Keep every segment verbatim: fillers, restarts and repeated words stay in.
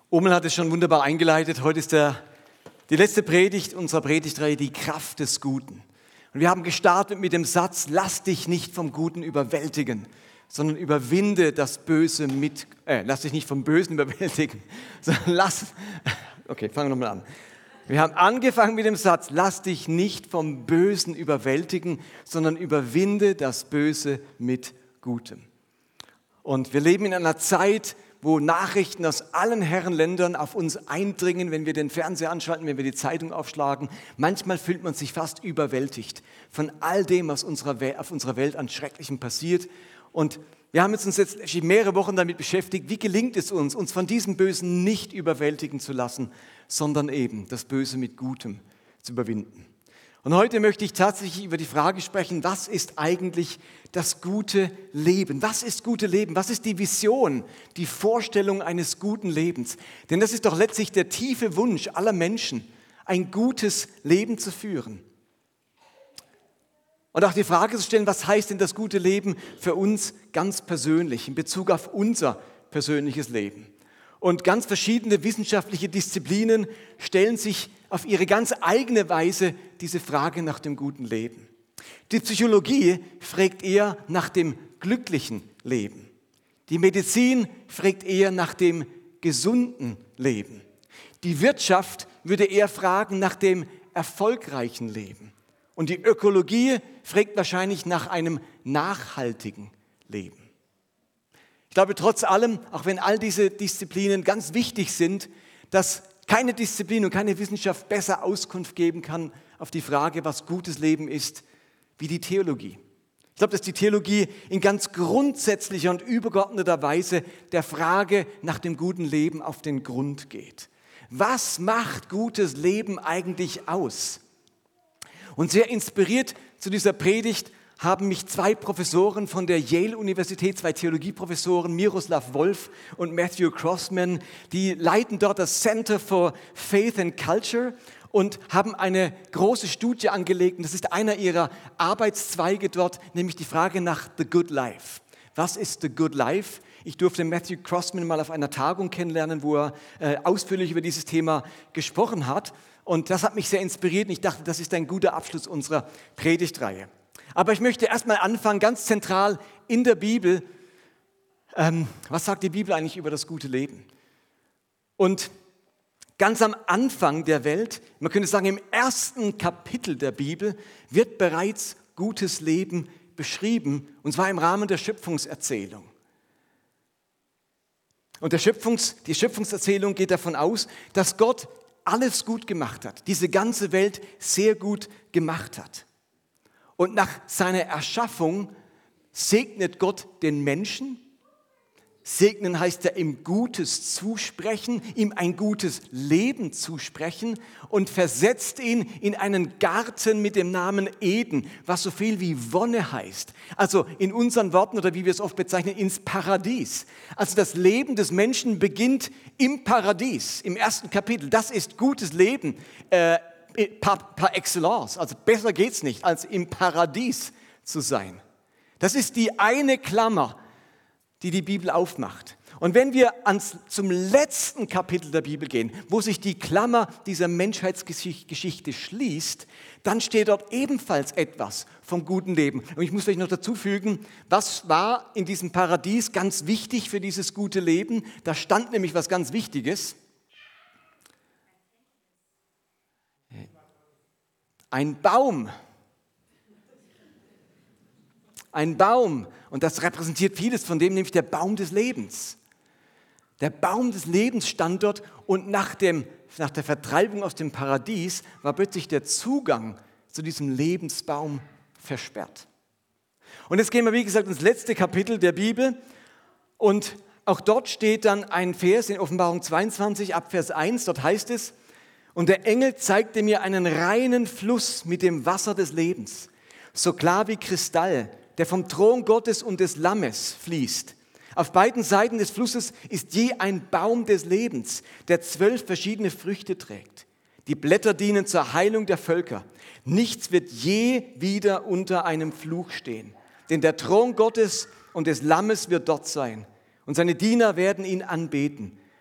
Omel hat es schon wunderbar eingeleitet. Heute ist der, die letzte Predigt unserer Predigtreihe, die Kraft des Guten. Und wir haben gestartet mit dem Satz, lass dich nicht vom Guten überwältigen, sondern überwinde das Böse mit, äh, lass dich nicht vom Bösen überwältigen, sondern lass, okay, fangen wir nochmal an. Wir haben angefangen mit dem Satz, lass dich nicht vom Bösen überwältigen, sondern überwinde das Böse mit Gutem. Und wir leben in einer Zeit, wo Nachrichten aus allen Herrenländern auf uns eindringen, wenn wir den Fernseher anschalten, wenn wir die Zeitung aufschlagen. Manchmal fühlt man sich fast überwältigt von all dem, was unserer Welt, auf unserer Welt an Schrecklichem passiert. Und wir haben uns jetzt mehrere Wochen damit beschäftigt, wie gelingt es uns, uns von diesem Bösen nicht überwältigen zu lassen, sondern eben das Böse mit Gutem zu überwinden. Und heute möchte ich tatsächlich über die Frage sprechen, was ist eigentlich das gute Leben? Was ist gute Leben? Was ist die Vision, die Vorstellung eines guten Lebens? Denn das ist doch letztlich der tiefe Wunsch aller Menschen, ein gutes Leben zu führen. Und auch die Frage zu stellen, was heißt denn das gute Leben für uns ganz persönlich, in Bezug auf unser persönliches Leben? Und ganz verschiedene wissenschaftliche Disziplinen stellen sich auf ihre ganz eigene Weise diese Frage nach dem guten Leben. Die Psychologie fragt eher nach dem glücklichen Leben. Die Medizin fragt eher nach dem gesunden Leben. Die Wirtschaft würde eher fragen nach dem erfolgreichen Leben. Und die Ökologie fragt wahrscheinlich nach einem nachhaltigen Leben. Ich glaube trotz allem, auch wenn all diese Disziplinen ganz wichtig sind, dass keine Disziplin und keine Wissenschaft besser Auskunft geben kann auf die Frage, was gutes Leben ist, wie die Theologie. Ich glaube, dass die Theologie in ganz grundsätzlicher und übergeordneter Weise der Frage nach dem guten Leben auf den Grund geht. Was macht gutes Leben eigentlich aus? Und sehr inspiriert zu dieser Predigt haben mich zwei Professoren von der Yale-Universität, zwei Theologieprofessoren, Miroslav Volf und Matthew Crossman, die leiten dort das Center for Faith and Culture und haben eine große Studie angelegt. Und das ist einer ihrer Arbeitszweige dort, nämlich die Frage nach The Good Life. Was ist The Good Life? Ich durfte Matthew Crossman mal auf einer Tagung kennenlernen, wo er äh, ausführlich über dieses Thema gesprochen hat. Und das hat mich sehr inspiriert und ich dachte, das ist ein guter Abschluss unserer Predigtreihe. Aber ich möchte erstmal anfangen, ganz zentral in der Bibel. Ähm, was sagt die Bibel eigentlich über das gute Leben? Und ganz am Anfang der Welt, man könnte sagen im ersten Kapitel der Bibel, wird bereits gutes Leben beschrieben, und zwar im Rahmen der Schöpfungserzählung. Und der Schöpfungs, die Schöpfungserzählung geht davon aus, dass Gott alles gut gemacht hat, diese ganze Welt sehr gut gemacht hat. Und nach seiner Erschaffung segnet Gott den Menschen. Segnen heißt ja, ihm Gutes zusprechen, ihm ein gutes Leben zusprechen und versetzt ihn in einen Garten mit dem Namen Eden, was so viel wie Wonne heißt. Also in unseren Worten oder wie wir es oft bezeichnen, ins Paradies. Also das Leben des Menschen beginnt im Paradies, im ersten Kapitel. Das ist gutes Leben. Äh, Par, par excellence, also besser geht's nicht, als im Paradies zu sein. Das ist die eine Klammer, die die Bibel aufmacht. Und wenn wir ans, zum letzten Kapitel der Bibel gehen, wo sich die Klammer dieser Menschheitsgeschichte schließt, dann steht dort ebenfalls etwas vom guten Leben. Und ich muss vielleicht noch dazu fügen, was war in diesem Paradies ganz wichtig für dieses gute Leben? Da stand nämlich was ganz Wichtiges. Ein Baum. Ein Baum. Und das repräsentiert vieles von dem, nämlich der Baum des Lebens. Der Baum des Lebens stand dort und nach, dem, nach der Vertreibung aus dem Paradies war plötzlich der Zugang zu diesem Lebensbaum versperrt. Und jetzt gehen wir, wie gesagt, ins letzte Kapitel der Bibel und auch dort steht dann ein Vers in Offenbarung zweiundzwanzig ab Vers eins, dort heißt es, und der Engel zeigte mir einen reinen Fluss mit dem Wasser des Lebens, so klar wie Kristall, der vom Thron Gottes und des Lammes fließt. Auf beiden Seiten des Flusses ist je ein Baum des Lebens, der zwölf verschiedene Früchte trägt. Die Blätter dienen zur Heilung der Völker. Nichts wird je wieder unter einem Fluch stehen. Denn der Thron Gottes und des Lammes wird dort sein. Und seine Diener werden ihn anbeten.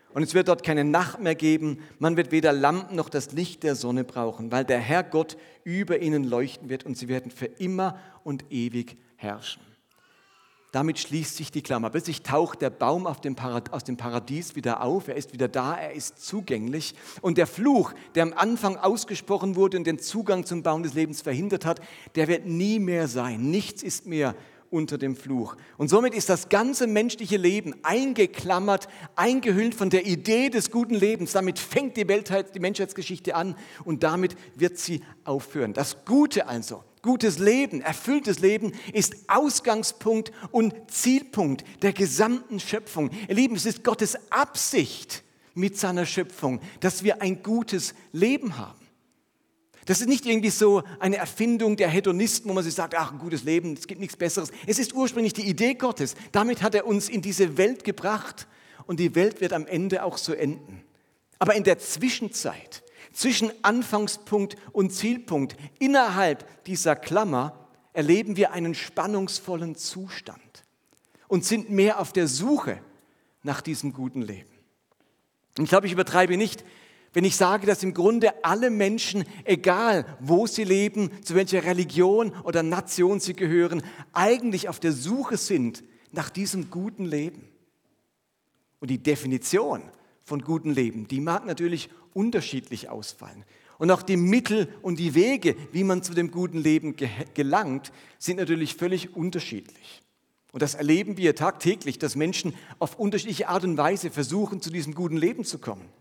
Und es wird dort keine Nacht mehr geben. Man wird weder Lampen noch das Licht der Sonne brauchen, weil der Herr Gott über ihnen leuchten wird und sie werden für immer und ewig herrschen. Damit schließt sich die Klammer. Plötzlich taucht der Baum auf dem Parad- aus dem Paradies wieder auf. Er ist wieder da, er ist zugänglich. Und der Fluch, der am Anfang ausgesprochen wurde und den Zugang zum Baum des Lebens verhindert hat, der wird nie mehr sein. Nichts ist mehr unter dem Fluch. Und somit ist das ganze menschliche Leben eingeklammert, eingehüllt von der Idee des guten Lebens. Damit fängt die, Weltheit, die Menschheitsgeschichte an und damit wird sie aufhören. Das Gute also, gutes Leben, erfülltes Leben ist Ausgangspunkt und Zielpunkt der gesamten Schöpfung. Ihr Lieben, es ist Gottes Absicht mit seiner Schöpfung, dass wir ein gutes Leben haben. Das ist nicht irgendwie so eine Erfindung der Hedonisten, wo man sich sagt, ach, ein gutes Leben, es gibt nichts Besseres. Es ist ursprünglich die Idee Gottes. Damit hat er uns in diese Welt gebracht und die Welt wird am Ende auch so enden. Aber in der Zwischenzeit, zwischen Anfangspunkt und Zielpunkt, innerhalb dieser Klammer, erleben wir einen spannungsvollen Zustand und sind mehr auf der Suche nach diesem guten Leben. Und ich glaube, ich übertreibe nicht, wenn ich sage, dass im Grunde alle Menschen, egal wo sie leben, zu welcher Religion oder Nation sie gehören, eigentlich auf der Suche sind nach diesem guten Leben. Und die Definition von gutem Leben, die mag natürlich unterschiedlich ausfallen. Und auch die Mittel und die Wege, wie man zu dem guten Leben ge- gelangt, sind natürlich völlig unterschiedlich. Und das erleben wir tagtäglich, dass Menschen auf unterschiedliche Art und Weise versuchen, zu diesem guten Leben zu kommen.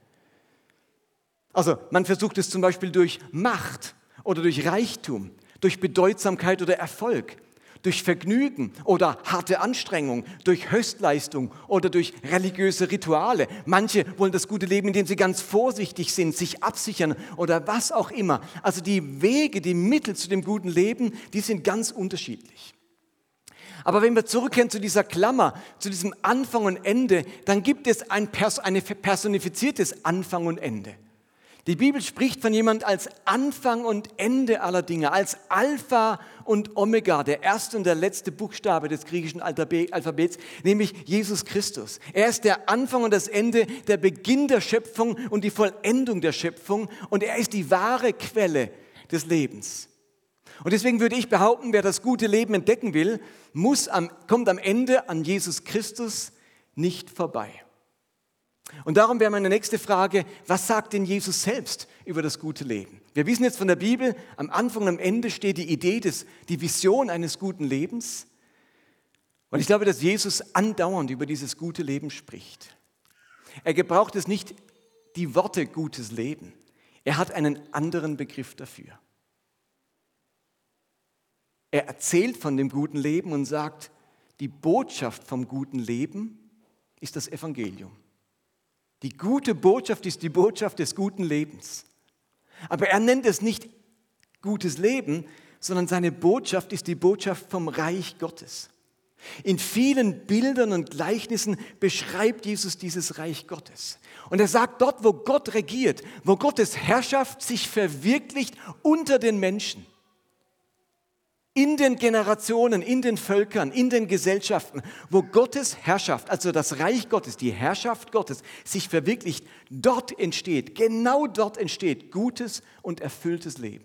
Also man versucht es zum Beispiel durch Macht oder durch Reichtum, durch Bedeutsamkeit oder Erfolg, durch Vergnügen oder harte Anstrengung, durch Höchstleistung oder durch religiöse Rituale. Manche wollen das gute Leben, indem sie ganz vorsichtig sind, sich absichern oder was auch immer. Also die Wege, die Mittel zu dem guten Leben, die sind ganz unterschiedlich. Aber wenn wir zurückkehren zu dieser Klammer, zu diesem Anfang und Ende, dann gibt es ein pers- ein personifiziertes Anfang und Ende. Die Bibel spricht von jemand als Anfang und Ende aller Dinge, als Alpha und Omega, der erste und der letzte Buchstabe des griechischen Alphabets, nämlich Jesus Christus. Er ist der Anfang und das Ende, der Beginn der Schöpfung und die Vollendung der Schöpfung und er ist die wahre Quelle des Lebens. Und deswegen würde ich behaupten, wer das gute Leben entdecken will, muss am, kommt am Ende an Jesus Christus nicht vorbei. Und darum wäre meine nächste Frage, was sagt denn Jesus selbst über das gute Leben? Wir wissen jetzt von der Bibel, am Anfang und am Ende steht die Idee, des, die Vision eines guten Lebens. Und ich glaube, dass Jesus andauernd über dieses gute Leben spricht. Er gebraucht es nicht die Worte gutes Leben. Er hat einen anderen Begriff dafür. Er erzählt von dem guten Leben und sagt, die Botschaft vom guten Leben ist das Evangelium. Die gute Botschaft ist die Botschaft des guten Lebens. Aber er nennt es nicht gutes Leben, sondern seine Botschaft ist die Botschaft vom Reich Gottes. In vielen Bildern und Gleichnissen beschreibt Jesus dieses Reich Gottes. Und er sagt, dort, wo Gott regiert, wo Gottes Herrschaft sich verwirklicht unter den Menschen, in den Generationen, in den Völkern, in den Gesellschaften, wo Gottes Herrschaft, also das Reich Gottes, die Herrschaft Gottes, sich verwirklicht, dort entsteht, genau dort entsteht gutes und erfülltes Leben.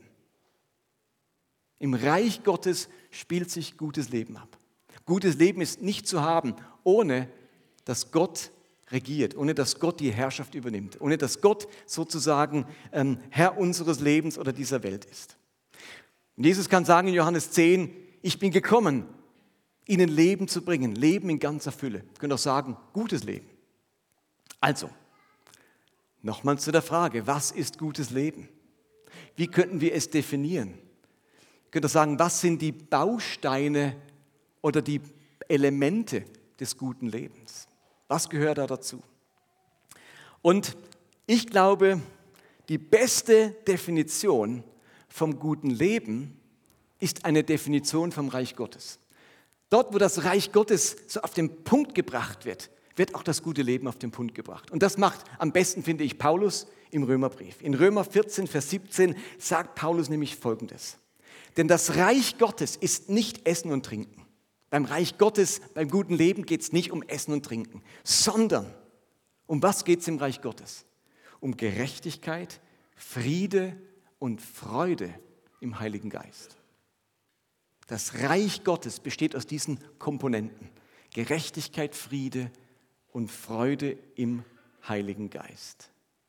Im Reich Gottes spielt sich gutes Leben ab. Gutes Leben ist nicht zu haben, ohne dass Gott regiert, ohne dass Gott die Herrschaft übernimmt, ohne dass Gott sozusagen ähm, Herr unseres Lebens oder dieser Welt ist. Und Jesus kann sagen in Johannes zehn, ich bin gekommen, ihnen Leben zu bringen, Leben in ganzer Fülle. Ihr könnt auch sagen, gutes Leben. Also, nochmal zu der Frage, was ist gutes Leben? Wie könnten wir es definieren? Ihr könnt auch sagen, was sind die Bausteine oder die Elemente des guten Lebens? Was gehört da dazu? Und ich glaube, die beste Definition vom guten Leben ist eine Definition vom Reich Gottes. Dort, wo das Reich Gottes so auf den Punkt gebracht wird, wird auch das gute Leben auf den Punkt gebracht. Und das macht am besten, finde ich, Paulus im Römerbrief. In Römer vierzehn, Vers siebzehn sagt Paulus nämlich Folgendes. Denn das Reich Gottes ist nicht Essen und Trinken. Beim Reich Gottes, beim guten Leben geht es nicht um Essen und Trinken, sondern Um was geht es im Reich Gottes? Um Gerechtigkeit, Friede und Freude im Heiligen Geist. Das Reich Gottes besteht aus diesen Komponenten. Gerechtigkeit, Friede und Freude im Heiligen Geist.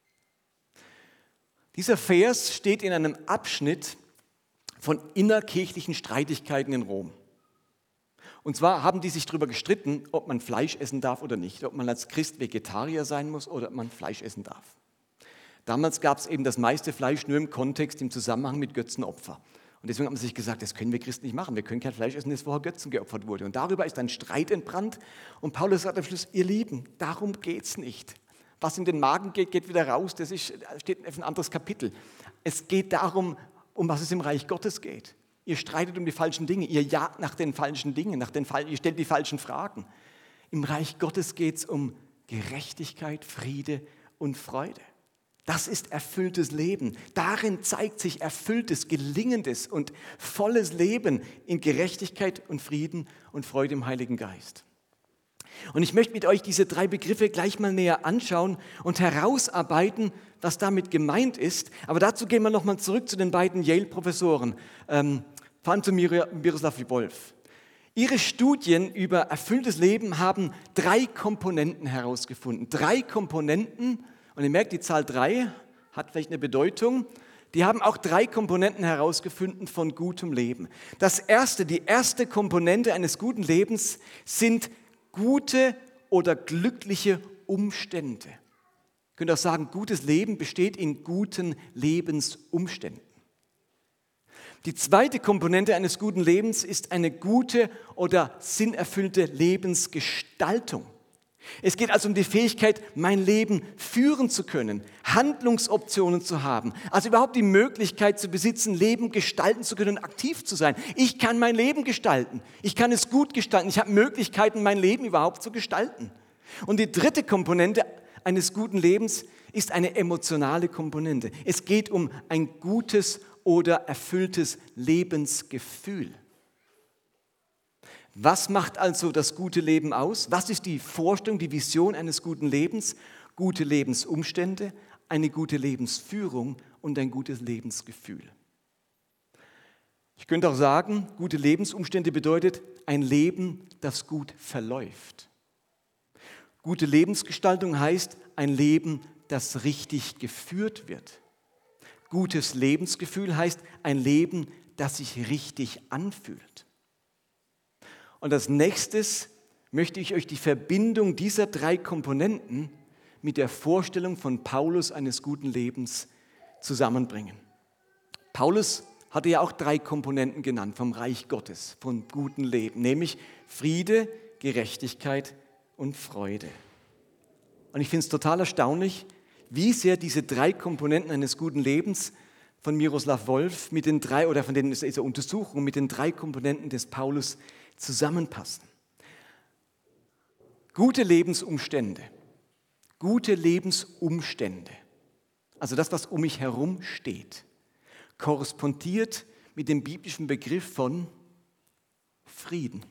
Dieser Vers steht in einem Abschnitt von innerkirchlichen Streitigkeiten in Rom. Und zwar haben die sich darüber gestritten, ob man Fleisch essen darf oder nicht, ob man als Christ Vegetarier sein muss oder ob man Fleisch essen darf. Damals gab es eben das meiste Fleisch nur im Kontext, im Zusammenhang mit Götzenopfer. Und deswegen hat man sich gesagt, das können wir Christen nicht machen. Wir können kein Fleisch essen, das vorher Götzen geopfert wurde. Und darüber ist ein Streit entbrannt. Und Paulus sagt am Schluss, ihr Lieben, darum geht es nicht. Was in den Magen geht, geht wieder raus. Das ist, steht in ein anderes Kapitel. Es geht darum, um was es im Reich Gottes geht. Ihr streitet um die falschen Dinge. Ihr jagt nach den falschen Dingen. Nach den, ihr stellt die falschen Fragen. Im Reich Gottes geht es um Gerechtigkeit, Friede und Freude. Das ist erfülltes Leben. Darin zeigt sich erfülltes, gelingendes und volles Leben in Gerechtigkeit und Frieden und Freude im Heiligen Geist. Und ich möchte mit euch diese drei Begriffe gleich mal näher anschauen und herausarbeiten, was damit gemeint ist. Aber dazu gehen wir nochmal zurück zu den beiden Yale-Professoren, ähm, vor allem zu Mir- Miroslav Volf. Ihre Studien über erfülltes Leben haben drei Komponenten herausgefunden. Drei Komponenten. Und ihr merkt, die Zahl drei hat vielleicht eine Bedeutung. Die haben auch drei Komponenten herausgefunden von gutem Leben. Das erste, die erste Komponente eines guten Lebens sind gute oder glückliche Umstände. Ihr könnt auch sagen, gutes Leben besteht in guten Lebensumständen. Die zweite Komponente eines guten Lebens ist eine gute oder sinnerfüllte Lebensgestaltung. Es geht also um die Fähigkeit, mein Leben führen zu können, Handlungsoptionen zu haben, also überhaupt die Möglichkeit zu besitzen, Leben gestalten zu können, aktiv zu sein. Ich kann mein Leben gestalten, ich kann es gut gestalten, ich habe Möglichkeiten, mein Leben überhaupt zu gestalten. Und die dritte Komponente eines guten Lebens ist eine emotionale Komponente. Es geht um ein gutes oder erfülltes Lebensgefühl. Was macht also das gute Leben aus? Was ist die Vorstellung, die Vision eines guten Lebens? Gute Lebensumstände, eine gute Lebensführung und ein gutes Lebensgefühl. Ich könnte auch sagen, gute Lebensumstände bedeutet ein Leben, das gut verläuft. Gute Lebensgestaltung heißt ein Leben, das richtig geführt wird. Gutes Lebensgefühl heißt ein Leben, das sich richtig anfühlt. Und als nächstes möchte ich euch die Verbindung dieser drei Komponenten mit der Vorstellung von Paulus eines guten Lebens zusammenbringen. Paulus hatte ja auch drei Komponenten genannt vom Reich Gottes, von gutem Leben, nämlich Friede, Gerechtigkeit und Freude. Und ich finde es total erstaunlich, wie sehr diese drei Komponenten eines guten Lebens von Miroslav Volf mit den drei oder von den dieser Untersuchung mit den drei Komponenten des Paulus zusammenpassen. Gute Lebensumstände, gute Lebensumstände, also das, was um mich herum steht, korrespondiert mit dem biblischen Begriff von Frieden.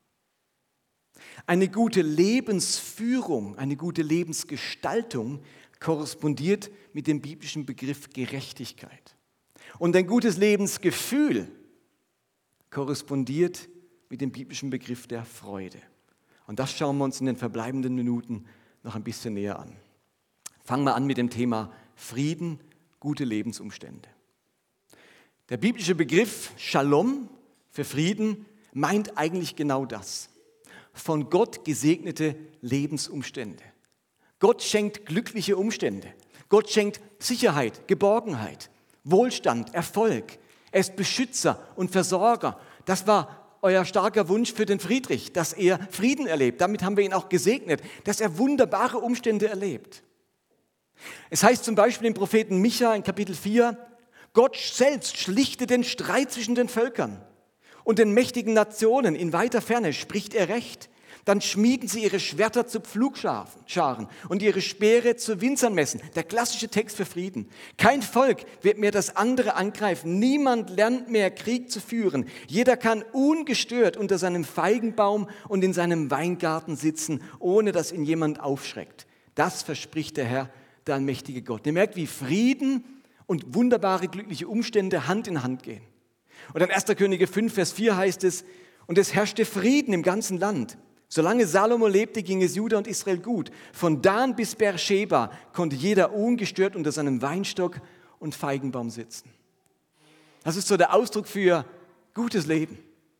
Eine gute Lebensführung, eine gute Lebensgestaltung korrespondiert mit dem biblischen Begriff Gerechtigkeit. Und ein gutes Lebensgefühl korrespondiert mit dem biblischen Begriff der Freude. Und das schauen wir uns in den verbleibenden Minuten noch ein bisschen näher an. Fangen wir an mit dem Thema Frieden, gute Lebensumstände. Der biblische Begriff Shalom für Frieden meint eigentlich genau das. Von Gott gesegnete Lebensumstände. Gott schenkt glückliche Umstände. Gott schenkt Sicherheit, Geborgenheit, Wohlstand, Erfolg. Er ist Beschützer und Versorger. Das war euer starker Wunsch für den Friedrich, dass er Frieden erlebt. Damit haben wir ihn auch gesegnet, dass er wunderbare Umstände erlebt. Es heißt zum Beispiel im Propheten Micha in Kapitel vier, Gott selbst schlichtet den Streit zwischen den Völkern und den mächtigen Nationen. In weiter Ferne spricht er Recht. Dann schmieden sie ihre Schwerter zu Pflugscharen und ihre Speere zu Winzernmessen. Der klassische Text für Frieden. Kein Volk wird mehr das andere angreifen. Niemand lernt mehr Krieg zu führen. Jeder kann ungestört unter seinem Feigenbaum und in seinem Weingarten sitzen, ohne dass ihn jemand aufschreckt. Das verspricht der Herr, der allmächtige Gott. Ihr merkt, wie Frieden und wunderbare, glückliche Umstände Hand in Hand gehen. Und dann erster Könige fünf, Vers vier heißt es, und es herrschte Frieden im ganzen Land. Solange Salomo lebte, ging es Juda und Israel gut. Von Dan bis Beersheba konnte jeder ungestört unter seinem Weinstock und Feigenbaum sitzen. Das ist so der Ausdruck für gutes Leben.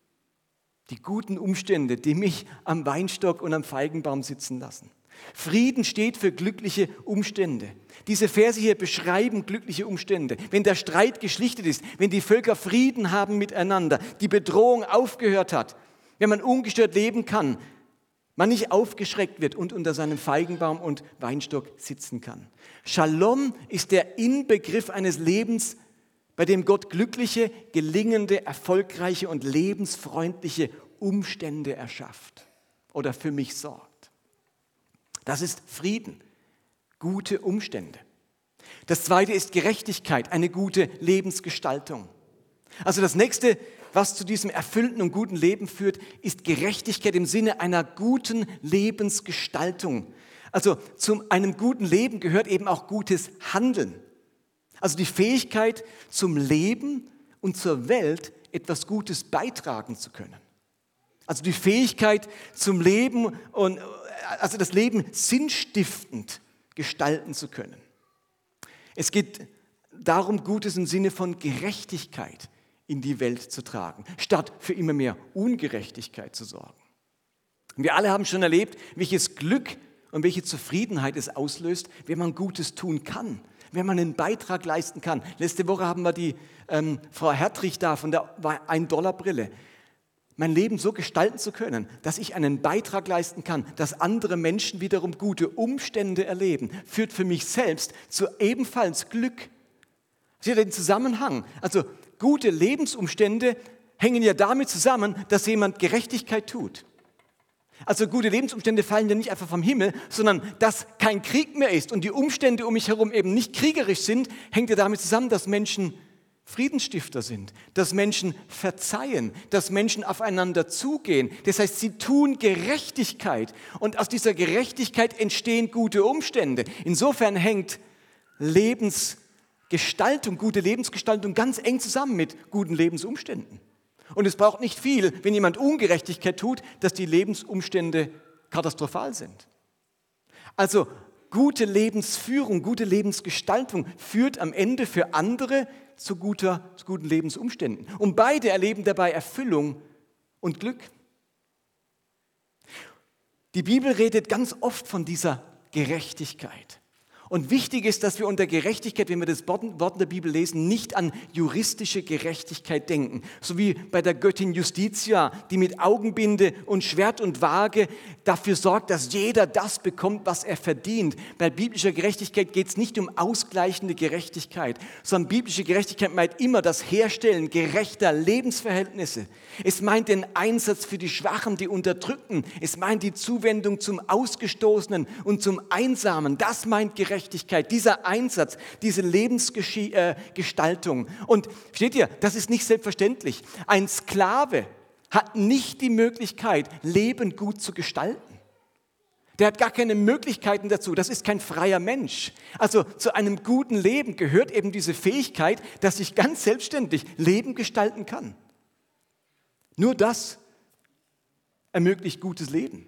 Die guten Umstände, die mich am Weinstock und am Feigenbaum sitzen lassen. Frieden steht für glückliche Umstände. Diese Verse hier beschreiben glückliche Umstände. Wenn der Streit geschlichtet ist, wenn die Völker Frieden haben miteinander, die Bedrohung aufgehört hat, wenn man ungestört leben kann, man nicht aufgeschreckt wird und unter seinem Feigenbaum und Weinstock sitzen kann. Shalom ist der Inbegriff eines Lebens, bei dem Gott glückliche, gelingende, erfolgreiche und lebensfreundliche Umstände erschafft oder für mich sorgt. Das ist Frieden, gute Umstände. Das zweite ist Gerechtigkeit, eine gute Lebensgestaltung. Also das nächste, was zu diesem erfüllten und guten Leben führt, ist Gerechtigkeit im Sinne einer guten Lebensgestaltung. Also zu einem guten Leben gehört eben auch gutes Handeln. Also die Fähigkeit zum Leben und zur Welt etwas Gutes beitragen zu können. Also die Fähigkeit zum Leben und also das Leben sinnstiftend gestalten zu können. Es geht darum, Gutes im Sinne von Gerechtigkeit in die Welt zu tragen, statt für immer mehr Ungerechtigkeit zu sorgen. Und wir alle haben schon erlebt, welches Glück und welche Zufriedenheit es auslöst, wenn man Gutes tun kann, wenn man einen Beitrag leisten kann. Letzte Woche haben wir die ähm, Frau Hertrich da von der ein Dollar Brille. Mein Leben so gestalten zu können, dass ich einen Beitrag leisten kann, dass andere Menschen wiederum gute Umstände erleben, führt für mich selbst zu ebenfalls Glück. Seht ihr den Zusammenhang? Also gute Lebensumstände hängen ja damit zusammen, dass jemand Gerechtigkeit tut. Also gute Lebensumstände fallen ja nicht einfach vom Himmel, sondern dass kein Krieg mehr ist und die Umstände um mich herum eben nicht kriegerisch sind, hängt ja damit zusammen, dass Menschen Friedensstifter sind, dass Menschen verzeihen, dass Menschen aufeinander zugehen. Das heißt, sie tun Gerechtigkeit und aus dieser Gerechtigkeit entstehen gute Umstände. Insofern hängt Lebensgestaltung, gute Lebensgestaltung ganz eng zusammen mit guten Lebensumständen. Und es braucht nicht viel, wenn jemand Ungerechtigkeit tut, dass die Lebensumstände katastrophal sind. Also gute Lebensführung, gute Lebensgestaltung führt am Ende für andere zu, guter, zu guten Lebensumständen. Und beide erleben dabei Erfüllung und Glück. Die Bibel redet ganz oft von dieser Gerechtigkeit. Und wichtig ist, dass wir unter Gerechtigkeit, wenn wir das Wort in der Bibel lesen, nicht an juristische Gerechtigkeit denken. So wie bei der Göttin Justitia, die mit Augenbinde und Schwert und Waage dafür sorgt, dass jeder das bekommt, was er verdient. Bei biblischer Gerechtigkeit geht es nicht um ausgleichende Gerechtigkeit, sondern biblische Gerechtigkeit meint immer das Herstellen gerechter Lebensverhältnisse. Es meint den Einsatz für die Schwachen, die Unterdrückten. Es meint die Zuwendung zum Ausgestoßenen und zum Einsamen. Das meint Gerechtigkeit. Dieser Einsatz, diese Lebensgestaltung. Und versteht ihr, das ist nicht selbstverständlich. Ein Sklave hat nicht die Möglichkeit, Leben gut zu gestalten. Der hat gar keine Möglichkeiten dazu. Das ist kein freier Mensch. Also zu einem guten Leben gehört eben diese Fähigkeit, dass ich ganz selbstständig Leben gestalten kann. Nur das ermöglicht gutes Leben.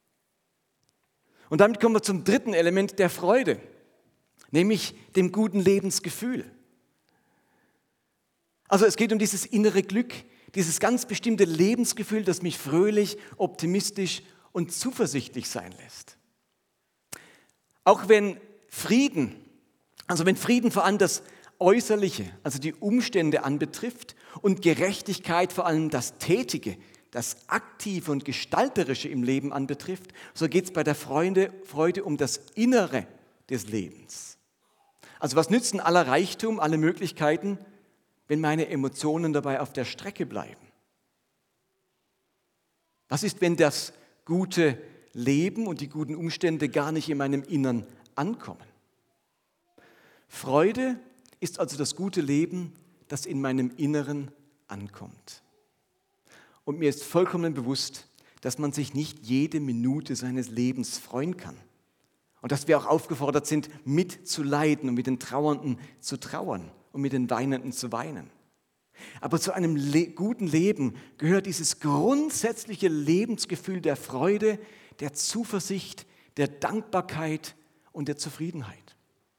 Und damit kommen wir zum dritten Element der Freude, nämlich dem guten Lebensgefühl. Also es geht um dieses innere Glück, dieses ganz bestimmte Lebensgefühl, das mich fröhlich, optimistisch und zuversichtlich sein lässt. Auch wenn Frieden, also wenn Frieden vor allem das Äußerliche, also die Umstände anbetrifft und Gerechtigkeit vor allem das Tätige, das Aktive und Gestalterische im Leben anbetrifft, so geht es bei der Freude, Freude um das Innere des Lebens. Also was nützen aller Reichtum, alle Möglichkeiten, wenn meine Emotionen dabei auf der Strecke bleiben? Was ist, wenn das gute Leben und die guten Umstände gar nicht in meinem Innern ankommen? Freude ist also das gute Leben, das in meinem Inneren ankommt. Und mir ist vollkommen bewusst, dass man sich nicht jede Minute seines Lebens freuen kann. Und dass wir auch aufgefordert sind, mitzuleiden und mit den Trauernden zu trauern und mit den Weinenden zu weinen. Aber zu einem le- guten Leben gehört dieses grundsätzliche Lebensgefühl der Freude, der Zuversicht, der Dankbarkeit und der Zufriedenheit.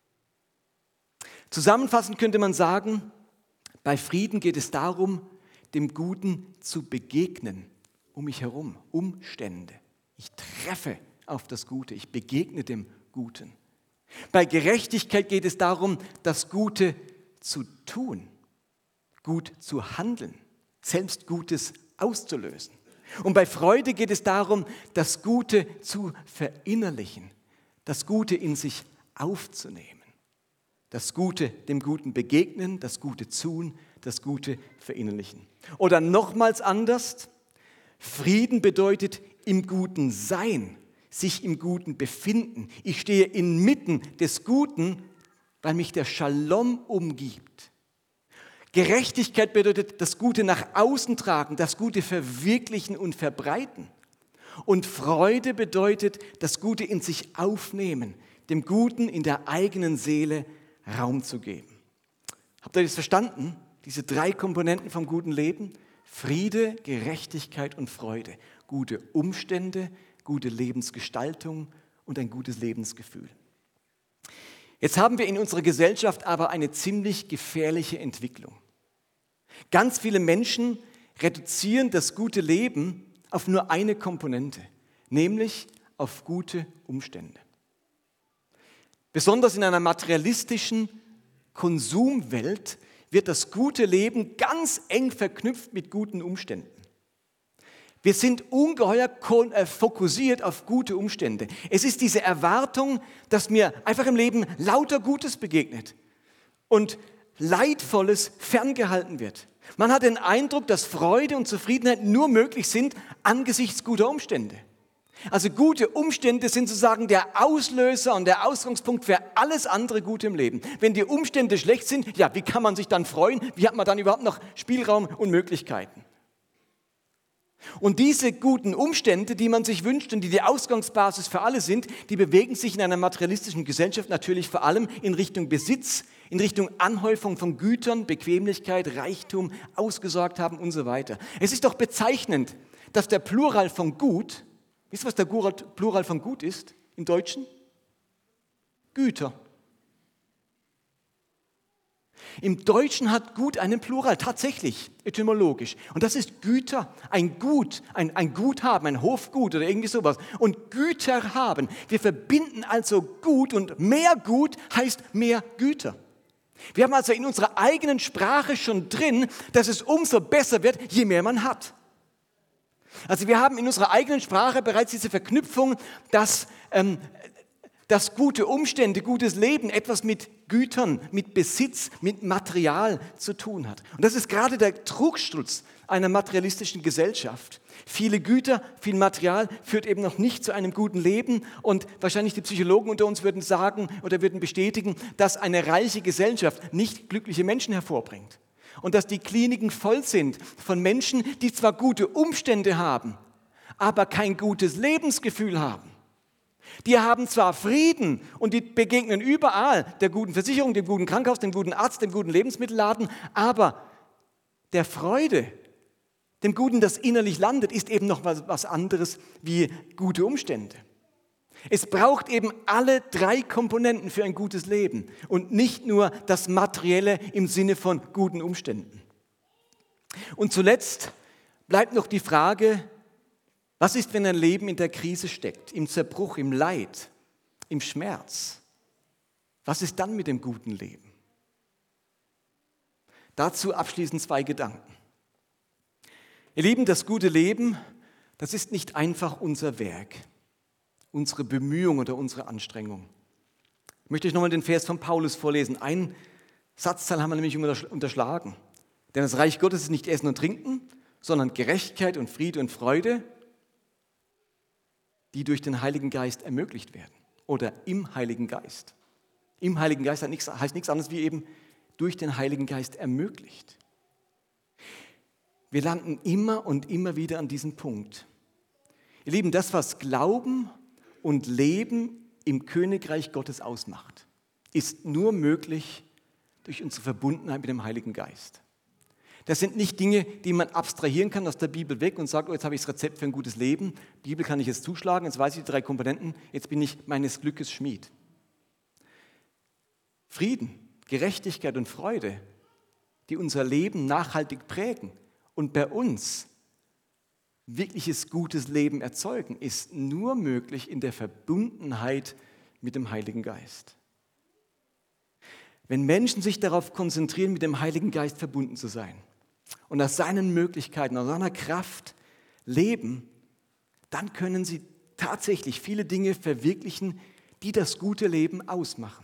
Zusammenfassend könnte man sagen, bei Frieden geht es darum, dem Guten zu begegnen, um mich herum, Umstände. Ich treffe auf das Gute, ich begegne dem Guten. Bei Gerechtigkeit geht es darum, das Gute zu tun, gut zu handeln, selbst Gutes auszulösen. Und bei Freude geht es darum, das Gute zu verinnerlichen, das Gute in sich aufzunehmen, das Gute dem Guten begegnen, das Gute tun, das Gute verinnerlichen. Oder nochmals anders, Frieden bedeutet im Guten sein, sich im Guten befinden. Ich stehe inmitten des Guten, weil mich der Shalom umgibt. Gerechtigkeit bedeutet das Gute nach außen tragen, das Gute verwirklichen und verbreiten. Und Freude bedeutet das Gute in sich aufnehmen, dem Guten in der eigenen Seele Raum zu geben. Habt ihr das verstanden? Diese drei Komponenten vom guten Leben? Friede, Gerechtigkeit und Freude. Gute Umstände, gute Lebensgestaltung und ein gutes Lebensgefühl. Jetzt haben wir in unserer Gesellschaft aber eine ziemlich gefährliche Entwicklung. Ganz viele Menschen reduzieren das gute Leben auf nur eine Komponente, nämlich auf gute Umstände. Besonders in einer materialistischen Konsumwelt wird das gute Leben ganz eng verknüpft mit guten Umständen. Wir sind ungeheuer fokussiert auf gute Umstände. Es ist diese Erwartung, dass mir einfach im Leben lauter Gutes begegnet und Leidvolles ferngehalten wird. Man hat den Eindruck, dass Freude und Zufriedenheit nur möglich sind angesichts guter Umstände. Also gute Umstände sind sozusagen der Auslöser und der Ausgangspunkt für alles andere Gute im Leben. Wenn die Umstände schlecht sind, ja, wie kann man sich dann freuen? Wie hat man dann überhaupt noch Spielraum und Möglichkeiten? Und diese guten Umstände, die man sich wünscht und die die Ausgangsbasis für alle sind, die bewegen sich in einer materialistischen Gesellschaft natürlich vor allem in Richtung Besitz, in Richtung Anhäufung von Gütern, Bequemlichkeit, Reichtum, ausgesorgt haben und so weiter. Es ist doch bezeichnend, dass der Plural von Gut, wisst ihr, was der Plural von Gut ist im Deutschen? Güter. Im Deutschen hat Gut einen Plural, tatsächlich, etymologisch. Und das ist Güter, ein Gut, ein, ein Guthaben, ein Hofgut oder irgendwie sowas. Und Güter haben. Wir verbinden also Gut und mehr Gut heißt mehr Güter. Wir haben also in unserer eigenen Sprache schon drin, dass es umso besser wird, je mehr man hat. Also wir haben in unserer eigenen Sprache bereits diese Verknüpfung, dass, ähm, dass gute Umstände, gutes Leben etwas mit Gütern, mit Besitz, mit Material zu tun hat. Und das ist gerade der Trugschluss einer materialistischen Gesellschaft. Viele Güter, viel Material führt eben noch nicht zu einem guten Leben und wahrscheinlich die Psychologen unter uns würden sagen oder würden bestätigen, dass eine reiche Gesellschaft nicht glückliche Menschen hervorbringt. Und dass die Kliniken voll sind von Menschen, die zwar gute Umstände haben, aber kein gutes Lebensgefühl haben. Die haben zwar Frieden und die begegnen überall der guten Versicherung, dem guten Krankenhaus, dem guten Arzt, dem guten Lebensmittelladen, aber der Freude, dem Guten, das innerlich landet, ist eben noch was, was anderes wie gute Umstände. Es braucht eben alle drei Komponenten für ein gutes Leben und nicht nur das Materielle im Sinne von guten Umständen. Und zuletzt bleibt noch die Frage, was ist, wenn ein Leben in der Krise steckt, im Zerbruch, im Leid, im Schmerz? Was ist dann mit dem guten Leben? Dazu abschließend zwei Gedanken. Ihr Lieben, das gute Leben, das ist nicht einfach unser Werk, unsere Bemühung oder unsere Anstrengung. Ich möchte euch nochmal den Vers von Paulus vorlesen. Einen Satzteil haben wir nämlich unterschlagen. Denn das Reich Gottes ist nicht Essen und Trinken, sondern Gerechtigkeit und Friede und Freude, die durch den Heiligen Geist ermöglicht werden. Oder im Heiligen Geist. Im Heiligen Geist heißt nichts, heißt nichts anderes wie eben durch den Heiligen Geist ermöglicht. Wir landen immer und immer wieder an diesem Punkt. Ihr Lieben, das, was Glauben und Leben im Königreich Gottes ausmacht, ist nur möglich durch unsere Verbundenheit mit dem Heiligen Geist. Das sind nicht Dinge, die man abstrahieren kann aus der Bibel weg und sagt, oh, jetzt habe ich das Rezept für ein gutes Leben. Die Bibel kann ich jetzt zuschlagen, jetzt weiß ich die drei Komponenten, jetzt bin ich meines Glückes Schmied. Frieden, Gerechtigkeit und Freude, die unser Leben nachhaltig prägen und bei uns wirkliches gutes Leben erzeugen, ist nur möglich in der Verbundenheit mit dem Heiligen Geist. Wenn Menschen sich darauf konzentrieren, mit dem Heiligen Geist verbunden zu sein und aus seinen Möglichkeiten, aus seiner Kraft leben, dann können sie tatsächlich viele Dinge verwirklichen, die das gute Leben ausmachen.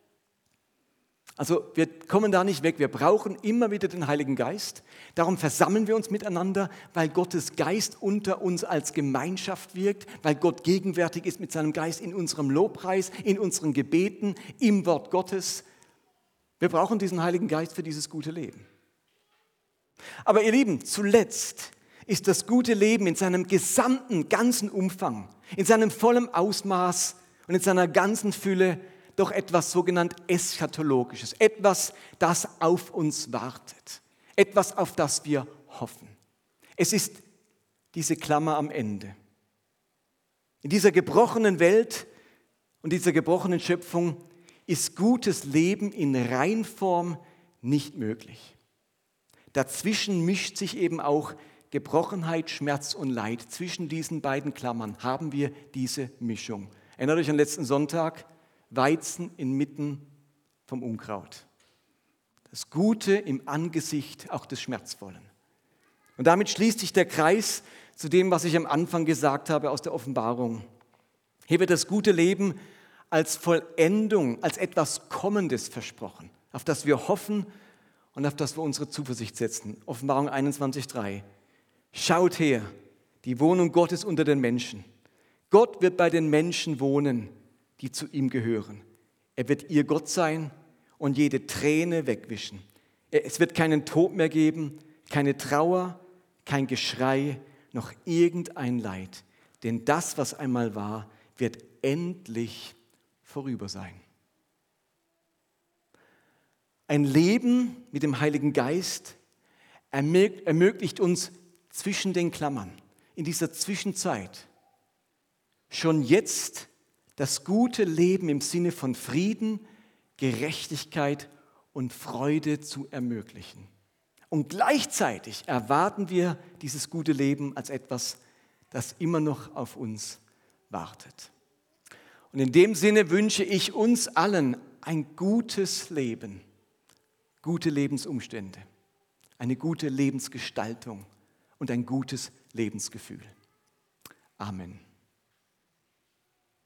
Also wir kommen da nicht weg, wir brauchen immer wieder den Heiligen Geist. Darum versammeln wir uns miteinander, weil Gottes Geist unter uns als Gemeinschaft wirkt, weil Gott gegenwärtig ist mit seinem Geist in unserem Lobpreis, in unseren Gebeten, im Wort Gottes. Wir brauchen diesen Heiligen Geist für dieses gute Leben. Aber ihr Lieben, zuletzt ist das gute Leben in seinem gesamten, ganzen Umfang, in seinem vollen Ausmaß und in seiner ganzen Fülle doch etwas sogenannt Eschatologisches, etwas, das auf uns wartet, etwas, auf das wir hoffen. Es ist diese Klammer am Ende. In dieser gebrochenen Welt und dieser gebrochenen Schöpfung ist gutes Leben in Reinform nicht möglich. Dazwischen mischt sich eben auch Gebrochenheit, Schmerz und Leid. Zwischen diesen beiden Klammern haben wir diese Mischung. Erinnert euch an letzten Sonntag? Weizen inmitten vom Unkraut. Das Gute im Angesicht auch des Schmerzvollen. Und damit schließt sich der Kreis zu dem, was ich am Anfang gesagt habe aus der Offenbarung. Hier wird das gute Leben als Vollendung, als etwas Kommendes versprochen, auf das wir hoffen und auf das wir unsere Zuversicht setzen. Offenbarung einundzwanzig drei. Schaut her, die Wohnung Gottes unter den Menschen. Gott wird bei den Menschen wohnen, die zu ihm gehören. Er wird ihr Gott sein und jede Träne wegwischen. Es wird keinen Tod mehr geben, keine Trauer, kein Geschrei, noch irgendein Leid. Denn das, was einmal war, wird endlich vorüber sein. Ein Leben mit dem Heiligen Geist ermöglicht uns zwischen den Klammern, in dieser Zwischenzeit, schon jetzt das gute Leben im Sinne von Frieden, Gerechtigkeit und Freude zu ermöglichen. Und gleichzeitig erwarten wir dieses gute Leben als etwas, das immer noch auf uns wartet. Und in dem Sinne wünsche ich uns allen ein gutes Leben, gute Lebensumstände, eine gute Lebensgestaltung und ein gutes Lebensgefühl. Amen.